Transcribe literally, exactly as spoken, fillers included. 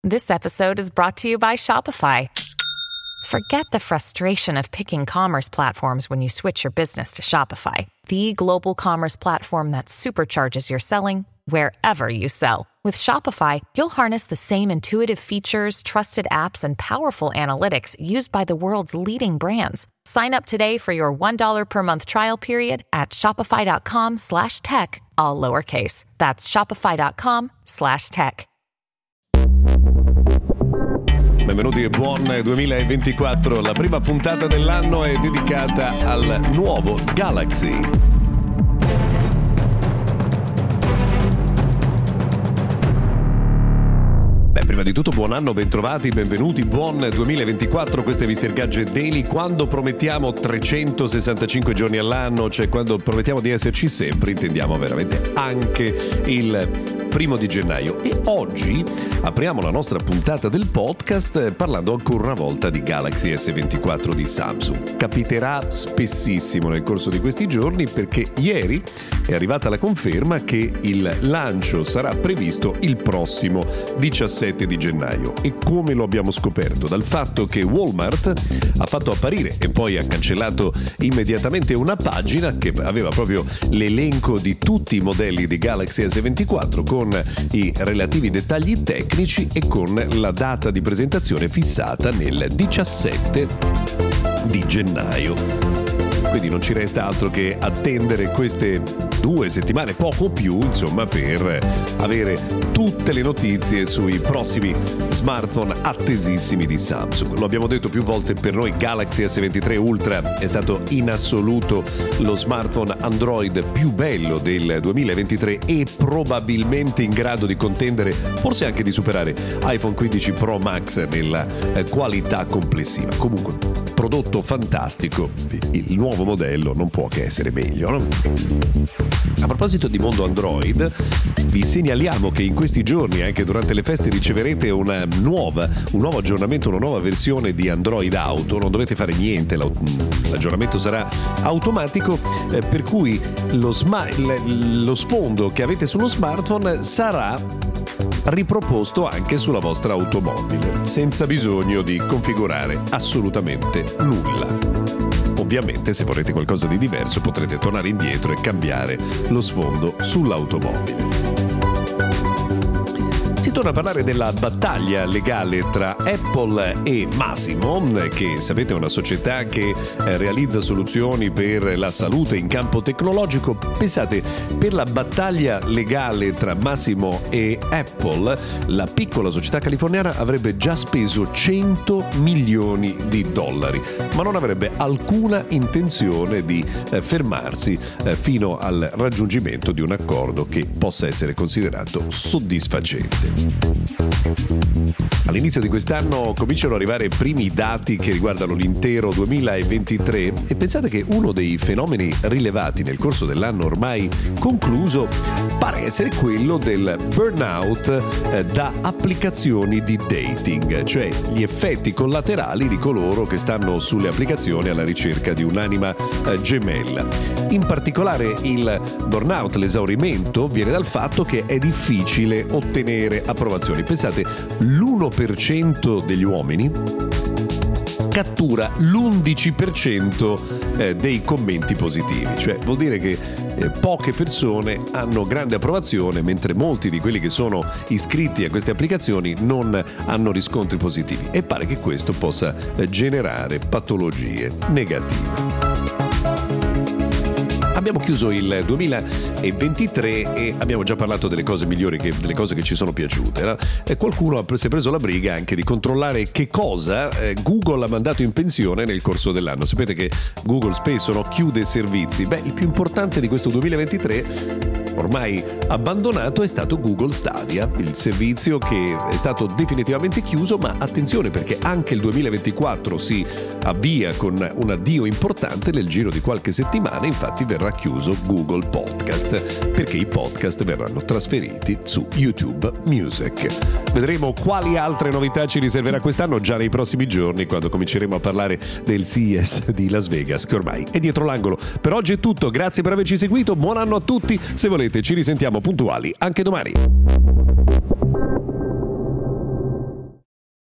This episode is brought to you by Shopify. Forget the frustration of picking commerce platforms when you switch your business to Shopify, the global commerce platform that supercharges your selling wherever you sell. With Shopify, you'll harness the same intuitive features, trusted apps, and powerful analytics used by the world's leading brands. Sign up today for your one dollar per month trial period at shopify.com slash tech, all lowercase. That's shopify.com slash tech. Benvenuti e buon duemilaventiquattro. La prima puntata dell'anno è dedicata al nuovo Galaxy. Prima di tutto buon anno, bentrovati, benvenuti, buon duemilaventiquattro. Questo è mister Gadget Daily. Quando promettiamo trecentosessantacinque giorni all'anno, cioè quando promettiamo di esserci sempre, intendiamo veramente anche il primo di gennaio. E oggi apriamo la nostra puntata del podcast parlando ancora una volta di Galaxy S ventiquattro di Samsung. Capiterà spessissimo nel corso di questi giorni perché ieri è arrivata la conferma che il lancio sarà previsto il prossimo diciassette di gennaio. E come lo abbiamo scoperto? Dal fatto che Walmart ha fatto apparire e poi ha cancellato immediatamente una pagina che aveva proprio l'elenco di tutti i modelli di Galaxy S ventiquattro con i relativi dettagli tecnici e con la data di presentazione fissata nel diciassette di gennaio. Quindi non ci resta altro che attendere queste due settimane, poco più, insomma, per avere tutte le notizie sui prossimi smartphone attesissimi di Samsung. Lo abbiamo detto più volte, per noi Galaxy S ventitré Ultra è stato in assoluto lo smartphone Android più bello del duemilaventitré e probabilmente in grado di contendere, forse anche di superare iPhone quindici Pro Max nella eh, qualità complessiva. Comunque, prodotto fantastico, il nuovo modello non può che essere meglio, no? A proposito di mondo Android, vi segnaliamo che in questi giorni, anche durante le feste, riceverete una nuova, un nuovo aggiornamento, una nuova versione di Android Auto. Non dovete fare niente, l'aggiornamento sarà automatico, eh, per cui lo, sma- lo sfondo che avete sullo smartphone sarà riproposto anche sulla vostra automobile, senza bisogno di configurare assolutamente nulla. Ovviamente, se vorrete qualcosa di diverso, potrete tornare indietro e cambiare lo sfondo sull'automobile. Si torna a parlare della battaglia legale tra Apple e Masimo, che sapete è una società che realizza soluzioni per la salute in campo tecnologico. Pensate, per la battaglia legale tra Masimo e Apple, la piccola società californiana avrebbe già speso cento milioni di dollari, ma non avrebbe alcuna intenzione di fermarsi fino al raggiungimento di un accordo che possa essere considerato soddisfacente. All'inizio di quest'anno cominciano ad arrivare primi dati che riguardano l'intero duemilaventitré e pensate che uno dei fenomeni rilevati nel corso dell'anno ormai concluso pare essere quello del burnout eh, da applicazioni di dating, cioè gli effetti collaterali di coloro che stanno sulle applicazioni alla ricerca di un'anima eh, gemella. In particolare il burnout, l'esaurimento, viene dal fatto che è difficile ottenere approvazioni. Pensate, l'uno per cento degli uomini cattura l'undici per cento dei commenti positivi, cioè vuol dire che eh, poche persone hanno grande approvazione, mentre molti di quelli che sono iscritti a queste applicazioni non hanno riscontri positivi, e pare che questo possa eh, generare patologie negative. Abbiamo chiuso il duemilaventitré e abbiamo già parlato delle cose migliori, che, delle cose che ci sono piaciute, no? E qualcuno si è preso la briga anche di controllare che cosa eh, Google ha mandato in pensione nel corso dell'anno. Sapete che Google spesso no, chiude servizi. Beh, il più importante di questo duemilaventitré, ormai abbandonato, è stato Google Stadia, il servizio che è stato definitivamente chiuso, ma attenzione perché anche il duemilaventiquattro si avvia con un addio importante. Nel giro di qualche settimana infatti verrà chiuso Google Podcast, perché i podcast verranno trasferiti su YouTube Music. Vedremo quali altre novità ci riserverà quest'anno già nei prossimi giorni, quando cominceremo a parlare del C E S di Las Vegas, che ormai è dietro l'angolo. Per oggi è tutto, grazie per averci seguito, buon anno a tutti, se volete ci risentiamo puntuali anche domani.